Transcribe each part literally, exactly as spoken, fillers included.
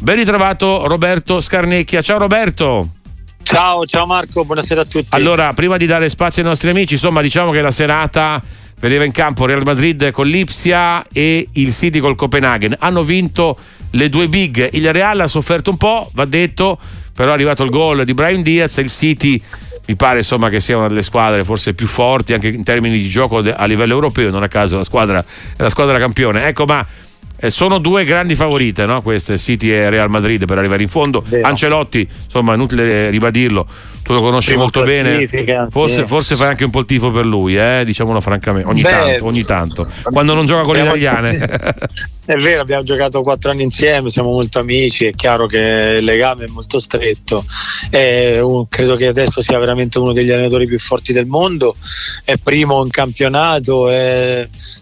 Ben ritrovato Roberto Scarnecchia. Ciao Roberto. Ciao, ciao Marco, buonasera a tutti. Allora, prima di dare spazio ai nostri amici, insomma, diciamo che la serata vedeva in campo Real Madrid con l'Ipsia e il City col Copenaghen. Hanno vinto le due big. Il Real ha sofferto un po', va detto, però è arrivato il gol di Brahim Diaz e il City mi pare insomma che sia una delle squadre forse più forti anche in termini di gioco a livello europeo, non a caso la squadra è la squadra campione. Ecco, ma eh, sono due grandi favorite, no? Queste, City e Real Madrid, per arrivare in fondo. Vero. Ancelotti, insomma, inutile ribadirlo, tu lo conosci Primo molto bene, forse, forse fai anche un po' il tifo per lui, eh? Diciamolo francamente, ogni Beh, tanto, ogni tanto, quando non gioca con le italiane. È vero, abbiamo giocato quattro anni insieme, siamo molto amici, è chiaro che il legame è molto stretto. È un, credo che adesso sia veramente uno degli allenatori più forti del mondo, è primo in campionato, è,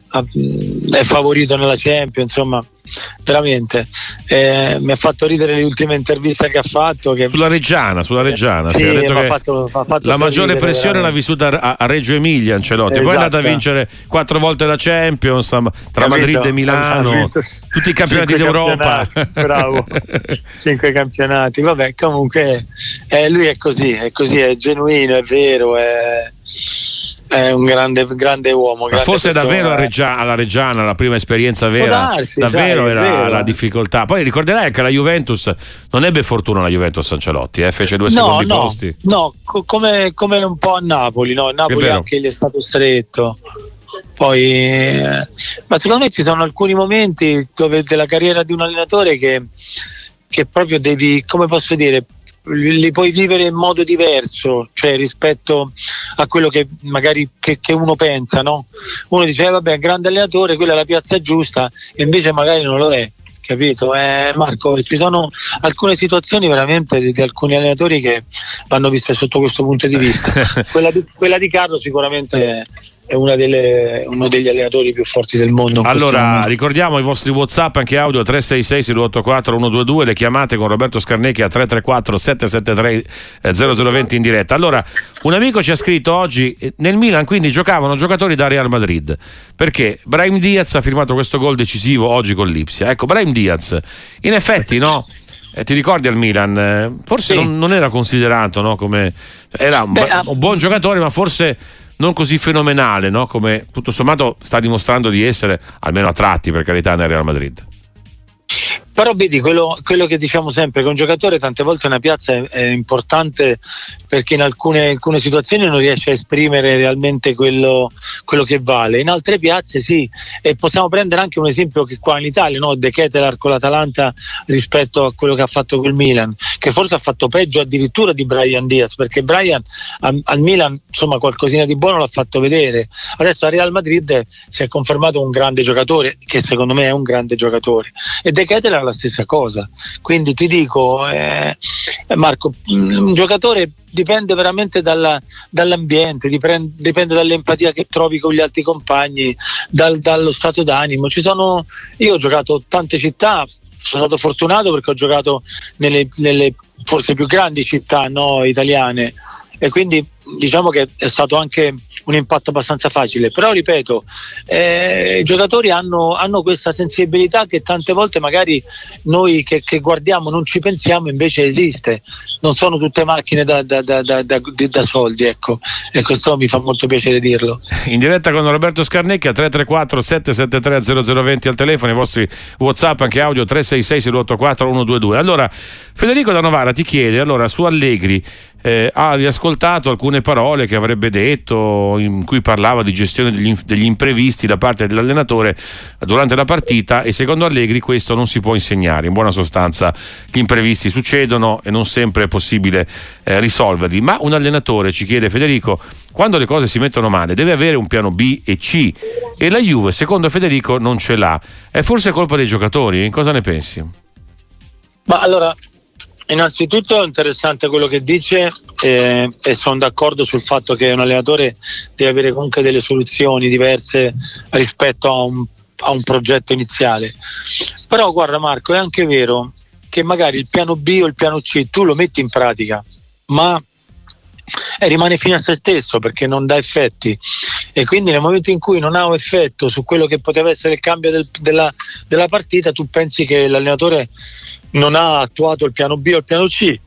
è favorito nella Champions, insomma, veramente eh, mi ha fatto ridere le ultime interviste che ha fatto che... sulla Reggiana sulla Reggiana sì, sì, ha detto che fatto, fatto la maggiore pressione veramente l'ha vissuta a, a Reggio Emilia Ancelotti, esatto. Poi è andato a vincere quattro volte la Champions tra Capito? Madrid e Milano, tutti i campionati d'Europa, bravo. Cinque campionati, vabbè, comunque eh, lui è così, è così, è genuino, è vero, è è un grande, grande uomo, grande forse persona. Davvero a Reggiana, alla Reggiana la prima esperienza vera, darsi, davvero sai, era la difficoltà. Poi ricorderai che la Juventus non ebbe fortuna, la Juventus Ancelotti eh? Fece due no, secondi no, posti no, co- come, come un po' a Napoli, no? Napoli anche gli è stato stretto. Poi eh, ma secondo me ci sono alcuni momenti dove della carriera di un allenatore che, che proprio devi, come posso dire, li puoi vivere in modo diverso, cioè rispetto a quello che magari che, che uno pensa, no? Uno dice eh, vabbè, grande allenatore, quella è la piazza giusta, e invece magari non lo è, capito? Eh, Marco, ci sono alcune situazioni veramente di, di alcuni allenatori che vanno viste sotto questo punto di vista. quella, di, quella di Carlo sicuramente è è una delle, uno degli allenatori più forti del mondo. Allora ricordiamo i vostri WhatsApp anche audio tre sei sei sei due otto quattro uno due due, le chiamate con Roberto Scarnecchia a tre tre quattro sette sette tre zero zero due zero in diretta. Allora un amico ci ha scritto oggi nel Milan quindi giocavano giocatori da Real Madrid perché Brahim Diaz ha firmato questo gol decisivo oggi con l'Ipsia. Ecco, Brahim Diaz in effetti no Eh, ti ricordi al Milan? Eh, forse sì. non, non era considerato, no? Come era un, Beh, un buon giocatore, ma forse non così fenomenale, no? Come tutto sommato sta dimostrando di essere, almeno a tratti, per carità, nel Real Madrid. Però vedi, quello, quello che diciamo sempre, che un giocatore tante volte una piazza è, è importante perché in alcune, alcune situazioni non riesce a esprimere realmente quello, quello che vale, in altre piazze sì, e possiamo prendere anche un esempio che qua in Italia, no? De Ketelaere con l'Atalanta rispetto a quello che ha fatto col Milan, che forse ha fatto peggio addirittura di Brahim Diaz, perché Brahim al, al Milan insomma qualcosina di buono l'ha fatto vedere, adesso a Real Madrid si è confermato un grande giocatore, che secondo me è un grande giocatore, e De Ketelaere la stessa cosa, quindi ti dico eh, Marco, un giocatore dipende veramente dalla, dall'ambiente, dipende, dipende dall'empatia che trovi con gli altri compagni, dal, dallo stato d'animo. Ci sono, io ho giocato tante città, sono stato fortunato perché ho giocato nelle, nelle forse più grandi città, no, italiane, e quindi diciamo che è stato anche un impatto abbastanza facile, però ripeto eh, i giocatori hanno, hanno questa sensibilità che tante volte magari noi che, che guardiamo non ci pensiamo, invece esiste, non sono tutte macchine da, da, da, da, da, da soldi, ecco, e questo mi fa molto piacere dirlo. In diretta con Roberto Scarnecchia, tre tre quattro sette sette tre zero zero due zero al telefono, i vostri WhatsApp anche audio tre sei sei sei due otto quattro uno due due. Allora Federico da Novara ti chiede, allora su Allegri eh, ha riascoltato alcune parole che avrebbe detto in cui parlava di gestione degli, degli imprevisti da parte dell'allenatore durante la partita, e secondo Allegri questo non si può insegnare, in buona sostanza gli imprevisti succedono e non sempre è possibile eh, risolverli, ma un allenatore, ci chiede Federico, quando le cose si mettono male deve avere un piano B e C, e la Juve secondo Federico non ce l'ha, è forse colpa dei giocatori? Cosa ne pensi? Ma allora, innanzitutto è interessante quello che dice eh, e sono d'accordo sul fatto che un allenatore deve avere comunque delle soluzioni diverse rispetto a un, a un progetto iniziale. Però guarda Marco, è anche vero che magari il piano B o il piano C tu lo metti in pratica, ma e rimane fine a se stesso perché non dà effetti, e quindi nel momento in cui non ha un effetto su quello che poteva essere il cambio del, della, della partita, tu pensi che l'allenatore non ha attuato il piano B o il piano C.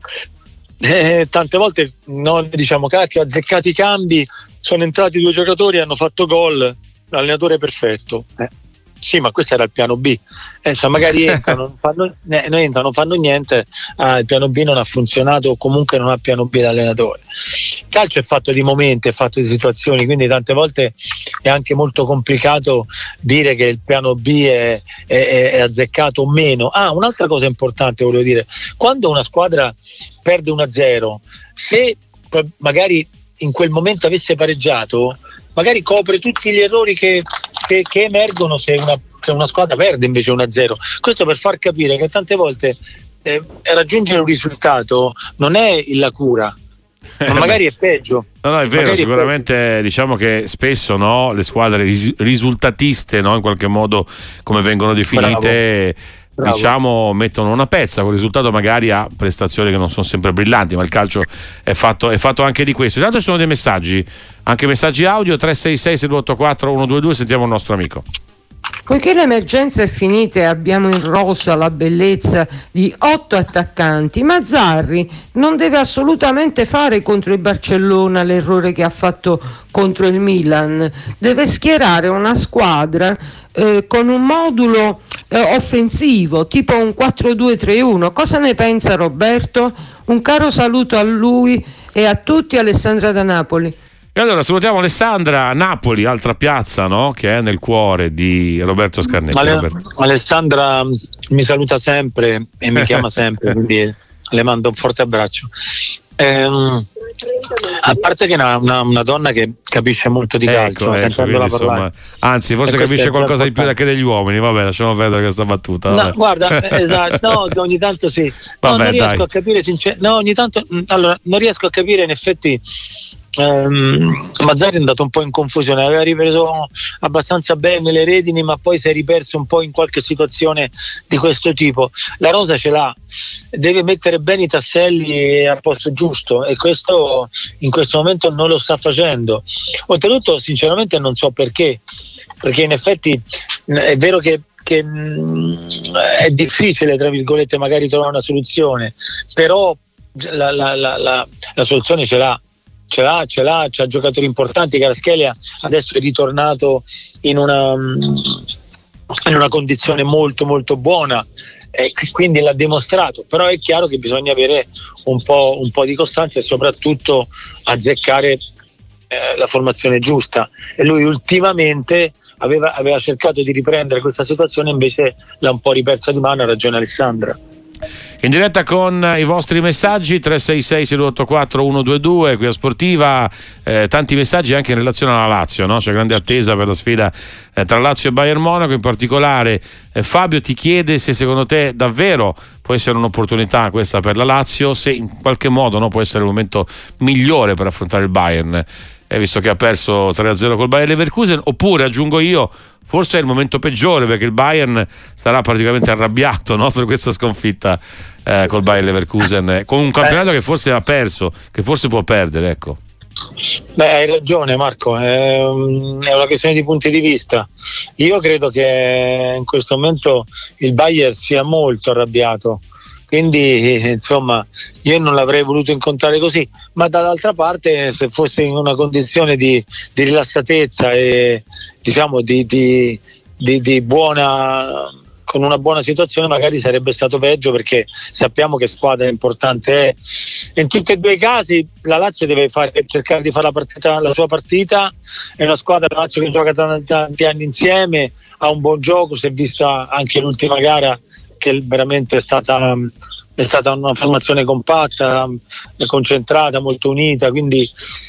Eh, tante volte noi diciamo cacchio, ha azzeccato i cambi, sono entrati due giocatori, hanno fatto gol, l'allenatore è perfetto. Eh. Sì, ma questo era il piano B. Eh, se magari entrano, non fanno, eh, non entrano, non fanno niente, ah, il piano B non ha funzionato o comunque non ha piano B l'allenatore. Il calcio è fatto di momenti, è fatto di situazioni, quindi tante volte è anche molto complicato dire che il piano B è, è, è azzeccato o meno. Ah, un'altra cosa importante volevo dire, quando una squadra perde uno a zero, se magari in quel momento avesse pareggiato, magari copre tutti gli errori che, che, che emergono se una, che una squadra perde invece uno a zero. Questo per far capire che tante volte eh, raggiungere un risultato non è la cura, ma magari è peggio. No, no, è vero, magari sicuramente è diciamo che spesso no, le squadre ris- risultatiste, no, in qualche modo come vengono definite, Bravo. Bravo. diciamo mettono una pezza con il risultato magari a prestazioni che non sono sempre brillanti, ma il calcio è fatto, è fatto anche di questo. Intanto ci sono dei messaggi, anche messaggi audio. Tre sei sei sei due otto quattro uno due due, sentiamo il nostro amico. Poiché l'emergenza è finita e abbiamo in rosa la bellezza di otto attaccanti, Mazzarri non deve assolutamente fare contro il Barcellona l'errore che ha fatto contro il Milan, deve schierare una squadra eh, con un modulo eh, offensivo tipo un quattro due tre uno. Cosa ne pensa Roberto? Un caro saluto a lui e a tutti. Alessandra da Napoli. E allora salutiamo Alessandra, Napoli, altra piazza, no? Che è nel cuore di Roberto Scarnetti. Ale- Roberto. Alessandra mi saluta sempre e mi chiama sempre, quindi le mando un forte abbraccio. Ehm, a parte che è una, una, una donna che capisce molto di calcio, ecco, ecco, quindi, insomma, anzi forse capisce qualcosa di più che degli uomini. Vabbè, lasciamo perdere questa battuta. No, guarda, esatto, no, ogni tanto sì. No, vabbè, non riesco dai. a capire sincer- no, ogni tanto allora non riesco a capire in effetti. Um, Mazzarri è andato un po' in confusione, aveva ripreso abbastanza bene le redini, ma poi si è riperso un po' in qualche situazione di questo tipo. La rosa ce l'ha, deve mettere bene i tasselli al posto giusto e questo in questo momento non lo sta facendo. Oltretutto sinceramente non so perché, perché in effetti è vero che che mh, è difficile tra virgolette magari trovare una soluzione, però la, la, la, la, la soluzione ce l'ha. Ce l'ha, ce l'ha, c'ha giocatori importanti. Kvaratskhelia adesso è ritornato in una, in una condizione molto molto buona e quindi l'ha dimostrato, però è chiaro che bisogna avere un po', un po' di costanza e soprattutto azzeccare eh, la formazione giusta, e lui ultimamente aveva, aveva cercato di riprendere questa situazione, invece l'ha un po' ripersa di mano. Ha ragione Alessandra. In diretta con i vostri messaggi tre sei sei sei due otto quattro uno due due qui a Sportiva, eh, tanti messaggi anche in relazione alla Lazio, no? C'è grande attesa per la sfida eh, tra Lazio e Bayern Monaco. In particolare eh, Fabio ti chiede se secondo te davvero può essere un'opportunità questa per la Lazio, se in qualche modo no, può essere il momento migliore per affrontare il Bayern, eh, visto che ha perso tre a zero col Bayer Leverkusen, oppure aggiungo io forse è il momento peggiore perché il Bayern sarà praticamente arrabbiato, no, per questa sconfitta eh, col Bayer Leverkusen, con un campionato che forse ha perso, che forse può perdere, ecco. Beh, hai ragione Marco, è, um, è una questione di punti di vista. Io credo che in questo momento il Bayern sia molto arrabbiato, quindi insomma io non l'avrei voluto incontrare così, ma dall'altra parte se fosse in una condizione di, di rilassatezza e diciamo di, di, di, di buona, con una buona situazione magari sarebbe stato peggio, perché sappiamo che squadra importante è. In tutti e due i casi la Lazio deve fare, cercare di fare la, partita, la sua partita, è una squadra, la Lazio, che gioca tanti, tanti anni insieme, ha un buon gioco, si è vista anche l'ultima gara che veramente è stata, è stata una formazione compatta, concentrata, molto unita, quindi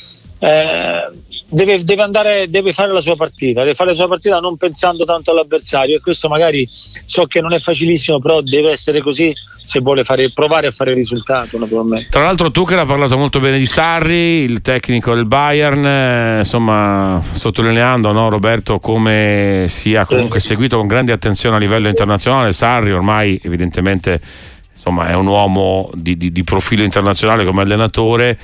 eh, deve, deve andare, deve fare la sua partita, deve fare la sua partita non pensando tanto all'avversario, e questo magari so che non è facilissimo, però deve essere così se vuole fare, provare a fare il risultato, naturalmente. Tra l'altro Tuchel ha parlato molto bene di Sarri, il tecnico del Bayern, eh, insomma sottolineando, no, Roberto, come sia comunque sì. seguito con grande attenzione a livello internazionale. Sarri ormai evidentemente insomma è un uomo di, di, di profilo internazionale come allenatore,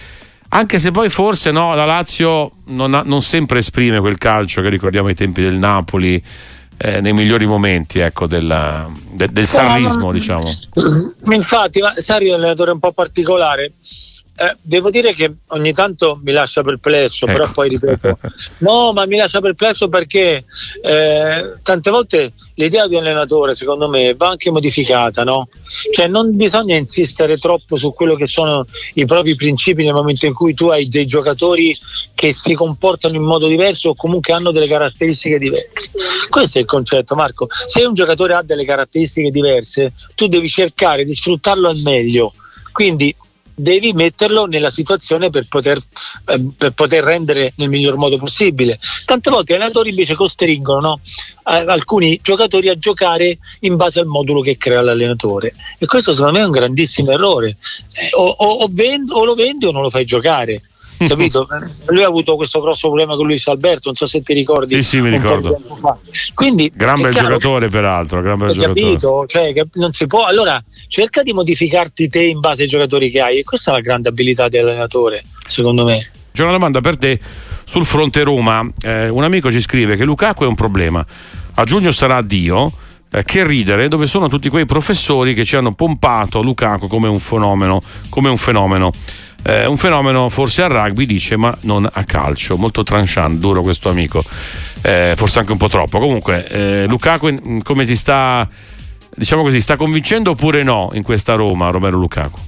anche se poi forse no, la Lazio non, ha, non sempre esprime quel calcio che ricordiamo ai tempi del Napoli, eh, nei migliori momenti, ecco, della, de, del sarrismo, diciamo. Infatti, ma Sarri è un allenatore un po' particolare. Eh, devo dire che ogni tanto mi lascia perplesso, ecco. Però poi ripeto, no, ma mi lascia perplesso perché eh, tante volte l'idea di un allenatore, secondo me, va anche modificata, no? Cioè non bisogna insistere troppo su quello che sono i propri principi nel momento in cui tu hai dei giocatori che si comportano in modo diverso o comunque hanno delle caratteristiche diverse. Questo è il concetto, Marco. Se un giocatore ha delle caratteristiche diverse, tu devi cercare di sfruttarlo al meglio, quindi devi metterlo nella situazione per poter, eh, per poter rendere nel miglior modo possibile. Tante volte gli allenatori invece costringono, no, a, alcuni giocatori a giocare in base al modulo che crea l'allenatore, e questo secondo me è un grandissimo errore. Eh, o, o, o, vend- o lo vendi o non lo fai giocare, capito? Lui ha avuto questo grosso problema con Luis Alberto, non so se ti ricordi. Sì, sì, mi ricordo. Quindi gran bel giocatore, peraltro, gran bel giocatore. Capito? Cioè, non si può. Allora cerca di modificarti te in base ai giocatori che hai, e questa è la grande abilità dell'allenatore, secondo me. C'è una domanda per te sul fronte Roma. Eh, un amico ci scrive che Lukaku è un problema. A giugno sarà addio. Eh, che ridere, dove sono tutti quei professori che ci hanno pompato Lukaku come un fenomeno, come un fenomeno. Eh, un fenomeno forse al rugby, dice, ma non a calcio. Molto tranchant, duro questo amico, eh, forse anche un po' troppo. Comunque, eh, Lukaku come ti sta, diciamo così, sta convincendo oppure no in questa Roma, Romelu Lukaku?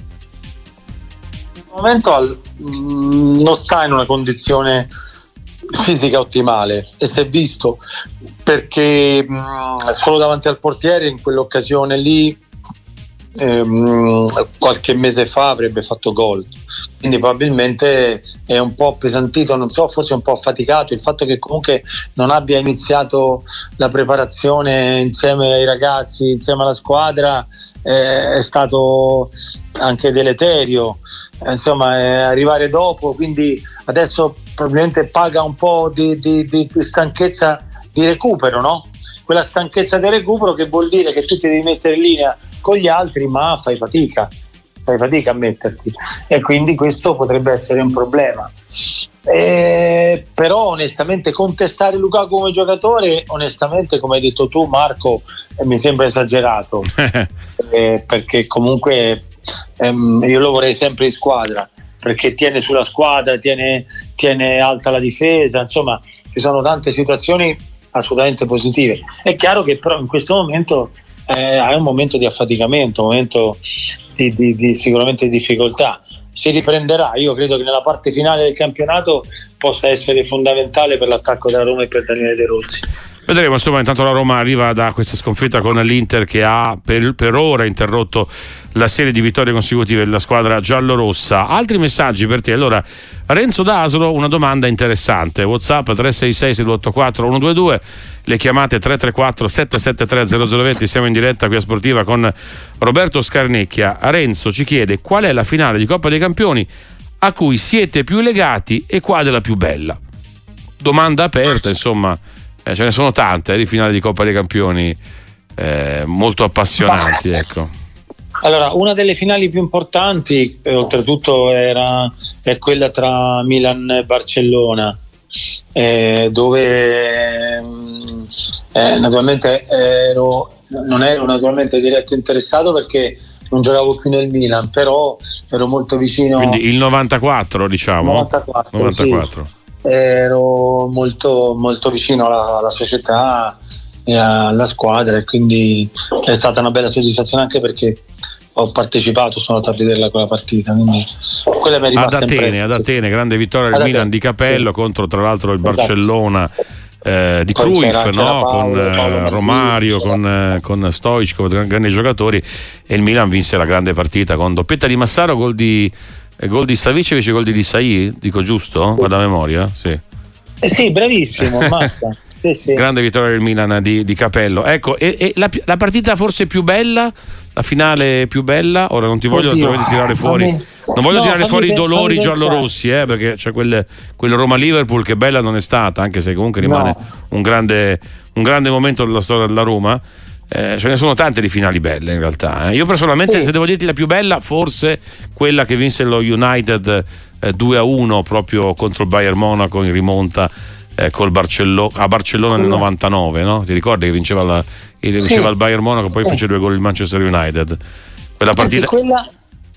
Al momento al, mh, non sta in una condizione fisica ottimale, e si è visto perché mh, solo davanti al portiere in quell'occasione lì, Ehm, qualche mese fa avrebbe fatto gol, quindi probabilmente è un po' appesantito, non so, forse un po' affaticato. Il fatto che comunque non abbia iniziato la preparazione insieme ai ragazzi, insieme alla squadra, eh, è stato anche deleterio, eh, insomma, eh, arrivare dopo, quindi adesso probabilmente paga un po' di, di, di, di stanchezza di recupero, no? Quella stanchezza di recupero che vuol dire che tu ti devi mettere in linea con gli altri, ma fai fatica, fai fatica a metterti, e quindi questo potrebbe essere un problema. Eh, però onestamente contestare Lukaku come giocatore, onestamente, come hai detto tu, Marco, eh, mi sembra esagerato, eh, perché comunque ehm, io lo vorrei sempre in squadra, perché tiene sulla squadra, tiene, tiene alta la difesa, insomma ci sono tante situazioni assolutamente positive. È chiaro che però in questo momento Eh, è un momento di affaticamento, un momento di, di, di sicuramente di difficoltà. Si riprenderà, io credo che nella parte finale del campionato possa essere fondamentale per l'attacco della Roma e per Daniele De Rossi. Vedremo, insomma. Intanto la Roma arriva da questa sconfitta con l'Inter, che ha per, per ora interrotto la serie di vittorie consecutive della squadra giallorossa. Altri messaggi per te? Allora, Renzo D'Asolo, una domanda interessante. WhatsApp tre sei sei sei due otto quattro uno due due, le chiamate tre tre quattro sette sette tre zero zero due zero. Siamo in diretta qui a Sportiva con Roberto Scarnecchia. Renzo ci chiede qual è la finale di Coppa dei Campioni a cui siete più legati e qual è la più bella. Domanda aperta, insomma. Eh, ce ne sono tante eh, di finali di Coppa dei Campioni eh, molto appassionanti, ecco. Allora, una delle finali più importanti, eh, oltretutto, era è quella tra Milan e Barcellona, eh, dove eh, naturalmente ero, non ero naturalmente diretto interessato perché non giocavo più nel Milan, però ero molto vicino. Quindi il novantaquattro, diciamo. novantaquattro, novantaquattro. Sì. Ero molto molto vicino alla, alla società e alla squadra, e quindi è stata una bella soddisfazione, anche perché ho partecipato, sono andato a vederla quella partita, quindi quella mi è rimasta ad Atene, ad Atene, grande vittoria del Milan di Capello, sì, contro tra l'altro il esatto. Barcellona eh, di poi Cruyff, no? Paolo, con Paolo, Romario, con, eh, con Stoichkov, grandi giocatori, e il Milan vinse la grande partita con doppietta di Massaro, gol di gol di Savicevic e gol di Sai, dico giusto? Vado a memoria? Sì. Eh sì, bravissimo, basta. Sì, sì. Grande vittoria del Milan di, di Capello. Ecco, e, e la, la partita forse più bella, la finale più bella, ora non ti voglio Oddio, tirare fuori fammi, non voglio no, tirare fuori i dolori giallorossi, eh, perché c'è quel, quel Roma-Liverpool che bella non è stata, anche se comunque rimane no. un, grande, un grande momento della storia della Roma. Eh, ce ne sono tante di finali belle in realtà. Eh. Io personalmente, sì. se devo dirti la più bella, forse quella che vinse lo United eh, due a uno proprio contro il Bayern Monaco in rimonta eh, col Barcello- a Barcellona nel novantanove, no? Ti ricordi che vinceva, la, che vinceva sì. il Bayern Monaco, poi sì. fece due gol il Manchester United. Quella partita. Quella,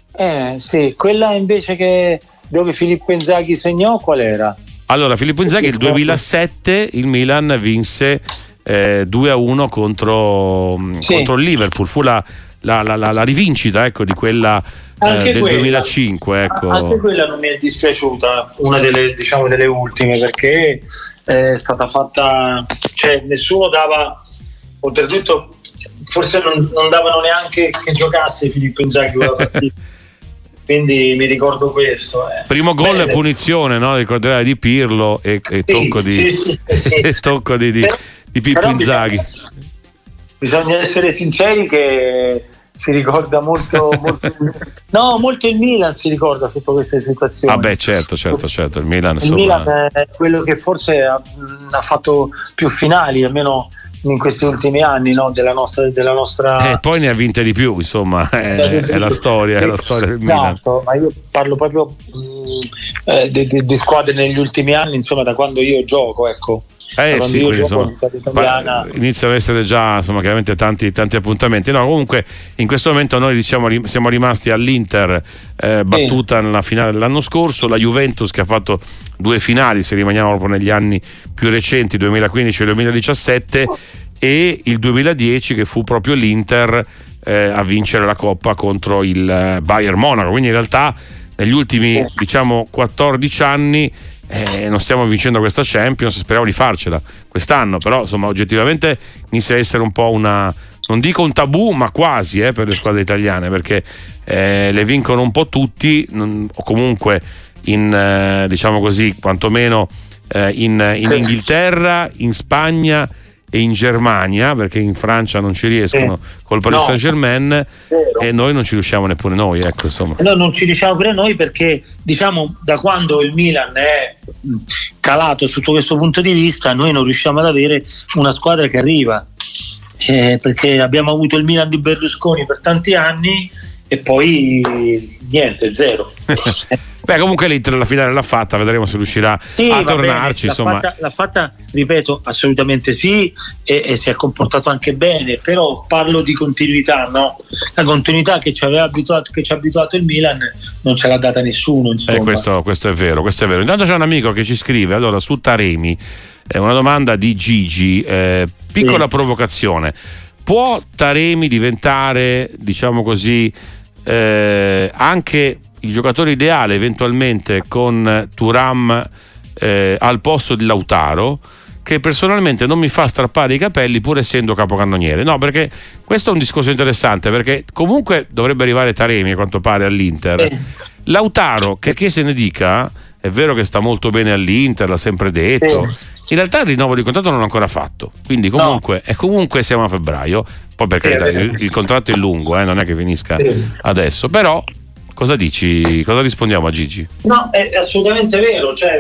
eh, sì, quella invece che dove Filippo Inzaghi segnò, qual era? Allora, Filippo Inzaghi il duemilasette il Milan vinse Eh, due a uno contro, sì. contro il Liverpool, fu la, la, la, la rivincita ecco, di quella eh, del quella, duemilacinque ecco. Anche quella non mi è dispiaciuta, una delle, diciamo, delle ultime, perché è stata fatta, cioè nessuno dava, oltretutto forse non, non davano neanche che giocasse Filippo Inzaghi quella partita. Quindi mi ricordo questo. Eh. Primo gol e punizione, no? Ricorderai di Pirlo e, e sì, tocco di, sì, sì, sì. e tocco di, di, di Pippo Inzaghi. Bisogna, bisogna essere sinceri che si ricorda molto, molto no, molto il Milan si ricorda tutte queste situazioni. Ah beh, certo, certo, certo. Il Milan, il insomma... Milan è quello che forse ha, ha fatto più finali, almeno in questi ultimi anni, no? della nostra della nostra e poi ne ha vinte di più, insomma, è, è la storia, è la storia del Milan. Esatto, ma io parlo proprio mh, eh, di, di, di squadre negli ultimi anni, insomma, da quando io gioco, ecco. Eh sì, quindi, insomma, pa- iniziano ad essere già insomma chiaramente tanti, tanti appuntamenti. No, comunque in questo momento noi diciamo siamo rimasti all'Inter eh, battuta sì. nella finale dell'anno scorso, la Juventus che ha fatto due finali, se rimaniamo proprio negli anni più recenti, duemilaquindici e duemiladiciassette, e il duemiladieci che fu proprio l'Inter eh, a vincere la Coppa contro il Bayern Monaco. Quindi in realtà negli ultimi sì. diciamo quattordici anni Eh, non stiamo vincendo questa Champions, speriamo di farcela quest'anno, però insomma oggettivamente inizia a essere un po' una, non dico un tabù, ma quasi eh, per le squadre italiane, perché eh, le vincono un po' tutti, non, o comunque in eh, diciamo così quantomeno eh, in, in Inghilterra, in Spagna e in Germania, perché in Francia non ci riescono eh, col Paris no, Saint-Germain e noi non ci riusciamo neppure noi, ecco, insomma. No, non ci riusciamo pure noi perché diciamo da quando il Milan è calato sotto questo punto di vista noi non riusciamo ad avere una squadra che arriva, eh, perché abbiamo avuto il Milan di Berlusconi per tanti anni e poi niente, zero. Beh, comunque l'Inter la finale l'ha fatta, vedremo se riuscirà sì, a tornarci. Bene, insomma. L'ha, fatta, l'ha fatta, ripeto, assolutamente sì, e, e si è comportato anche bene, però parlo di continuità, no? La continuità che ci aveva abituato, che ci ha abituato il Milan, non ce l'ha data nessuno. Insomma. Eh, questo, questo è vero, questo è vero. Intanto c'è un amico che ci scrive, allora, su Taremi, eh, una domanda di Gigi, eh, piccola sì. provocazione. Può Taremi diventare, diciamo così, eh, anche il giocatore ideale eventualmente con Thuram eh, al posto di Lautaro, che personalmente non mi fa strappare i capelli pur essendo capocannoniere? No, perché questo è un discorso interessante, perché comunque dovrebbe arrivare Taremi a quanto pare all'Inter. eh. Lautaro, che che se ne dica, è vero che sta molto bene all'Inter, l'ha sempre detto, eh. in realtà il rinnovo di contratto non l'ha ancora fatto, quindi comunque no. e comunque siamo a febbraio, poi per carità il, il contratto è lungo, eh, non è che finisca adesso, però cosa dici? Cosa rispondiamo a Gigi? No, è assolutamente vero, cioè,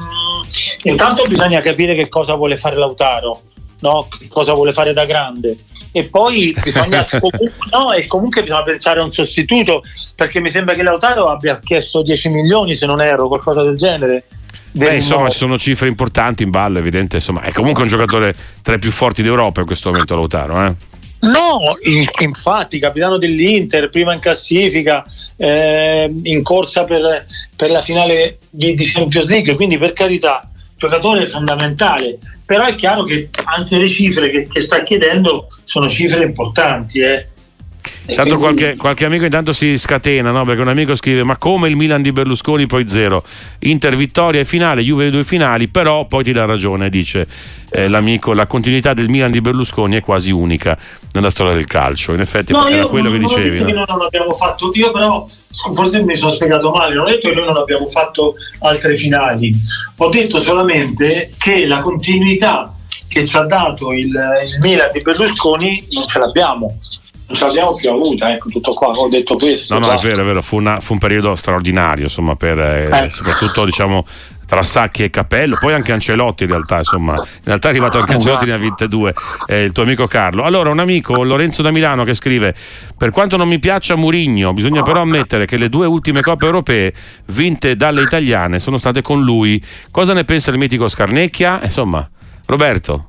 mh, intanto bisogna capire che cosa vuole fare Lautaro, no? Che cosa vuole fare da grande, e poi bisogna comunque, no, e comunque bisogna pensare a un sostituto, perché mi sembra che Lautaro abbia chiesto dieci milioni, se non erro, qualcosa del genere. Beh, insomma, ci sono cifre importanti in ballo, evidente, insomma, è comunque un giocatore tra i più forti d'Europa in questo momento Lautaro, eh? No, infatti, capitano dell'Inter, prima in classifica, eh, in corsa per, per la finale di, di Champions League, quindi per carità, giocatore fondamentale, però è chiaro che anche le cifre che, che sta chiedendo sono cifre importanti, eh. Tanto qualche, qualche amico intanto si scatena, no? Perché un amico scrive: ma come il Milan di Berlusconi poi zero, Inter vittoria e finale, Juve due finali, però poi ti dà ragione, dice eh, l'amico, la continuità del Milan di Berlusconi è quasi unica nella storia del calcio. In effetti no, era quello che non dicevi, ho detto no? che noi non abbiamo fatto, io però forse mi sono spiegato male, non ho detto che noi non abbiamo fatto altre finali, ho detto solamente che la continuità che ci ha dato il, il Milan di Berlusconi non ce l'abbiamo non ce l'abbiamo più avuta, ecco, tutto qua, ho detto questo. No, no, basta. È vero, è vero, fu, una, fu un periodo straordinario, insomma, per eh, eh. soprattutto, diciamo, tra Sacchi e Capello, poi anche Ancelotti in realtà, insomma, in realtà è arrivato anche Ancelotti, ne ha vinte due, eh, il tuo amico Carlo. Allora, un amico, Lorenzo da Milano, che scrive: per quanto non mi piaccia Mourinho, bisogna però ammettere che le due ultime coppe europee vinte dalle italiane sono state con lui. Cosa ne pensa il mitico Scarnecchia? Insomma, Roberto.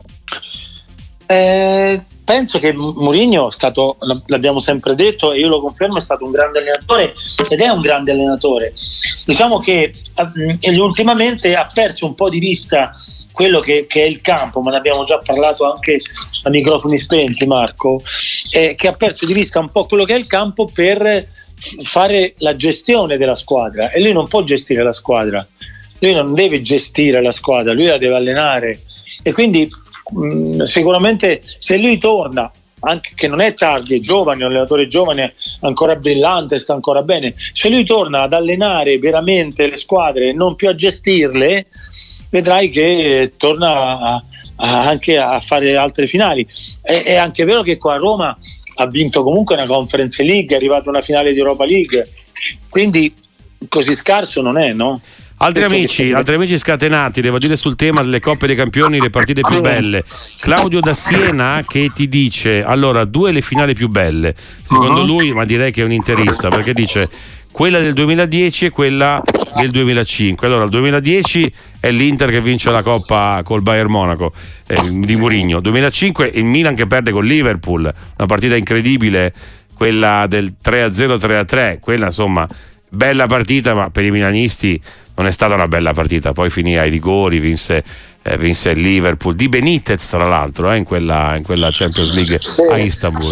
Eh, penso che Mourinho è stato, l'abbiamo sempre detto e io lo confermo, è stato un grande allenatore ed è un grande allenatore. Diciamo che eh, ultimamente ha perso un po' di vista quello che, che è il campo, ma ne abbiamo già parlato anche a microfoni spenti, Marco, eh, che ha perso di vista un po' quello che è il campo per fare la gestione della squadra, e lui non può gestire la squadra, lui non deve gestire la squadra, lui la deve allenare, e quindi sicuramente se lui torna, anche che non è tardi, è giovane, è un allenatore giovane, ancora brillante, sta ancora bene, se lui torna ad allenare veramente le squadre e non più a gestirle, vedrai che torna a, a, anche a fare altre finali. È, è anche vero che qua a Roma ha vinto comunque una Conference League, è arrivato a una finale di Europa League, quindi così scarso non è, no? Altri amici, altri amici scatenati, devo dire, sul tema delle Coppe dei Campioni, le partite più belle. Claudio da Siena che ti dice: allora, due le finali più belle secondo uh-huh. lui, ma direi che è un interista, perché dice quella del duemiladieci e quella del duemilacinque. Allora, il duemiladieci è l'Inter che vince la Coppa col Bayern Monaco eh, di Mourinho, duemilacinque il Milan che perde con Liverpool, una partita incredibile, quella del tre a zero tre a tre, quella insomma bella partita, ma per i milanisti non è stata una bella partita, poi finì ai rigori, vinse, eh, vinse il Liverpool di Benitez tra l'altro eh, in, quella, in quella Champions League a Istanbul.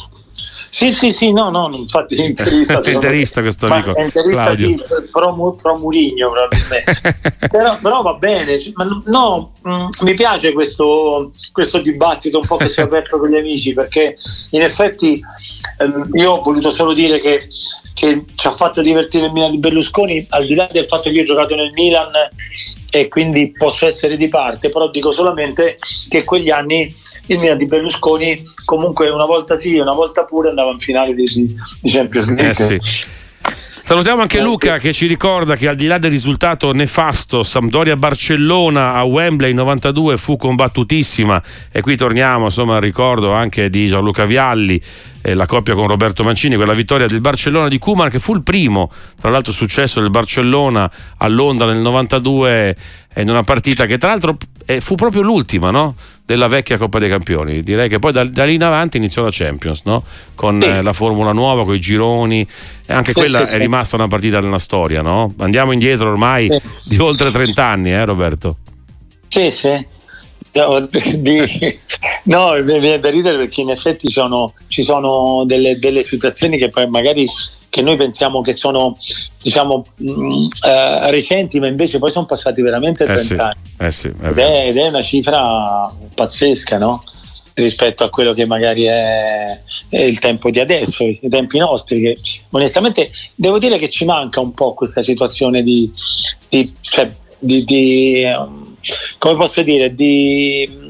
Sì, sì, sì, no, no, infatti è interista. È interista questo amico è interista, Claudio. Sì, pro, pro Mourinho probabilmente. però, però va bene, ma no, mh, mi piace questo, questo dibattito un po' che si è aperto con gli amici, perché in effetti ehm, io ho voluto solo dire che, che ci ha fatto divertire il Milan di Berlusconi, al di là del fatto che io ho giocato nel Milan e quindi posso essere di parte, però dico solamente che quegli anni il Milan di Berlusconi comunque una volta sì, una volta pure andava in finale di, di Champions League. Eh sì. Salutiamo anche Luca che ci ricorda che al di là del risultato nefasto Sampdoria-Barcellona a Wembley novantadue fu combattutissima, e qui torniamo insomma al ricordo anche di Gianluca Vialli, eh, la coppia con Roberto Mancini, quella vittoria del Barcellona di Koeman, che fu il primo tra l'altro successo del Barcellona a Londra nel novantadue, in una partita che tra l'altro eh, fu proprio l'ultima, no? Della vecchia Coppa dei Campioni. Direi che poi da, da lì in avanti iniziò la Champions, no? Con sì. eh, la formula nuova, con i gironi, e anche sì, quella sì, è sì. rimasta una partita nella storia, no? Andiamo indietro ormai sì. di oltre trenta anni, eh Roberto? Sì, sì. No, di, no, mi viene da ridere perché in effetti sono, ci sono delle, delle situazioni che poi magari che noi pensiamo che sono, diciamo, mh, eh, recenti, ma invece poi sono passati veramente trenta eh sì, anni. Eh sì, è ed, è, ed è una cifra pazzesca, no? Rispetto a quello che magari è, è il tempo di adesso, i tempi nostri, che onestamente devo dire che ci manca un po' questa situazione di, di, cioè, di, di come posso dire, di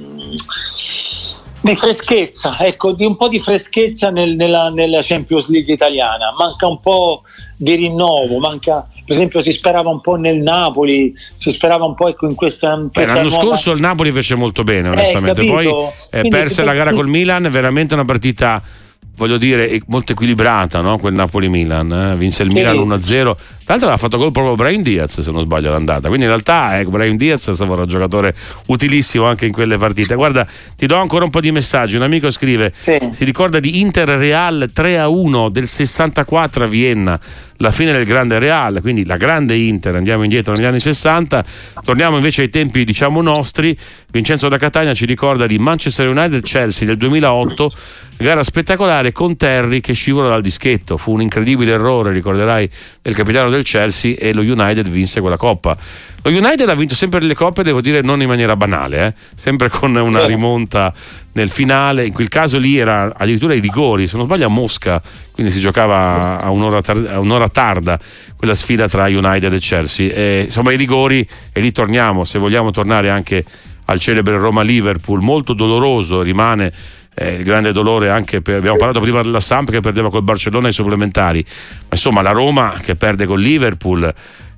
di freschezza, ecco, di un po' di freschezza nel, nella, nella Champions League italiana. Manca un po' di rinnovo, manca, per esempio si sperava un po' nel Napoli, si sperava un po' ecco in questa, in questa Beh, l'anno nuova... scorso il Napoli fece molto bene onestamente, eh, poi eh, perse la gara col Milan, veramente una partita, voglio dire, molto equilibrata, no? Quel Napoli-Milan, eh? Vinse il Milan sì. uno a zero. Tra l'altro aveva fatto gol proprio Brahim Diaz, se non sbaglio l'andata, quindi in realtà eh, Brahim Diaz è stato un giocatore utilissimo anche in quelle partite. Guarda, ti do ancora un po' di messaggi. Un amico scrive sì. si ricorda di Inter Real tre a uno del sessantaquattro a Vienna, la fine del grande Real, quindi la grande Inter. Andiamo indietro negli anni sessanta, torniamo invece ai tempi diciamo nostri. Vincenzo da Catania ci ricorda di Manchester United Chelsea del duemilaotto, gara spettacolare con Terry che scivola dal dischetto, fu un incredibile errore, ricorderai, del capitano del Chelsea, e lo United vinse quella coppa. Lo United ha vinto sempre le coppe, devo dire, non in maniera banale, eh? sempre con una rimonta nel finale. In quel caso lì era addirittura ai rigori, se non sbaglio a Mosca, quindi si giocava a un'ora, tar- a un'ora tarda quella sfida tra United e Chelsea, e, insomma, i rigori, e lì torniamo, se vogliamo tornare anche al celebre Roma-Liverpool, molto doloroso rimane eh, il grande dolore anche per, abbiamo parlato prima della Samp che perdeva col Barcellona ai supplementari, ma insomma la Roma che perde con Liverpool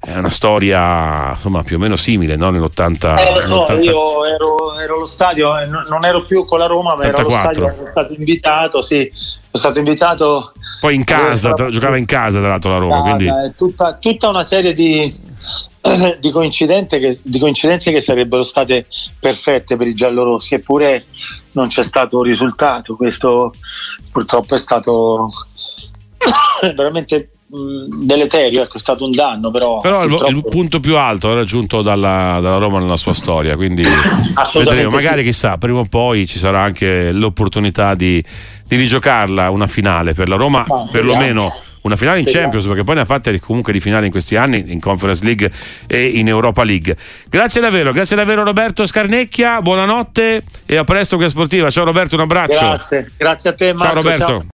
è una storia insomma più o meno simile, no? Nell'ottanta. Eh, lo so, nell'ottanta... io ero, ero allo stadio, eh, non ero più con la Roma, ma ottantaquattro. ero allo stadio, ero stato invitato, sì, sono stato invitato. Poi in casa, tra, giocava in casa tra l'altro la Roma, Ah, quindi... è tutta, tutta una serie di, di, coincidenze che, di coincidenze che sarebbero state perfette per i giallorossi, eppure non c'è stato un risultato. Questo purtroppo è stato veramente mh, deleterio, ecco, è stato un danno, però, però il, purtroppo... il punto più alto è raggiunto dalla, dalla Roma nella sua storia, quindi vedremo, magari sì. Chissà, prima o poi ci sarà anche l'opportunità di, di rigiocarla una finale per la Roma, ah, perlomeno una finale in speriamo. Champions, perché poi ne ha fatte comunque di finali in questi anni in Conference League e in Europa League. Grazie davvero, grazie davvero Roberto Scarnecchia, buonanotte e a presto con Sportiva. Ciao Roberto, un abbraccio. Grazie, grazie a te Marco. Ciao Roberto. Ciao.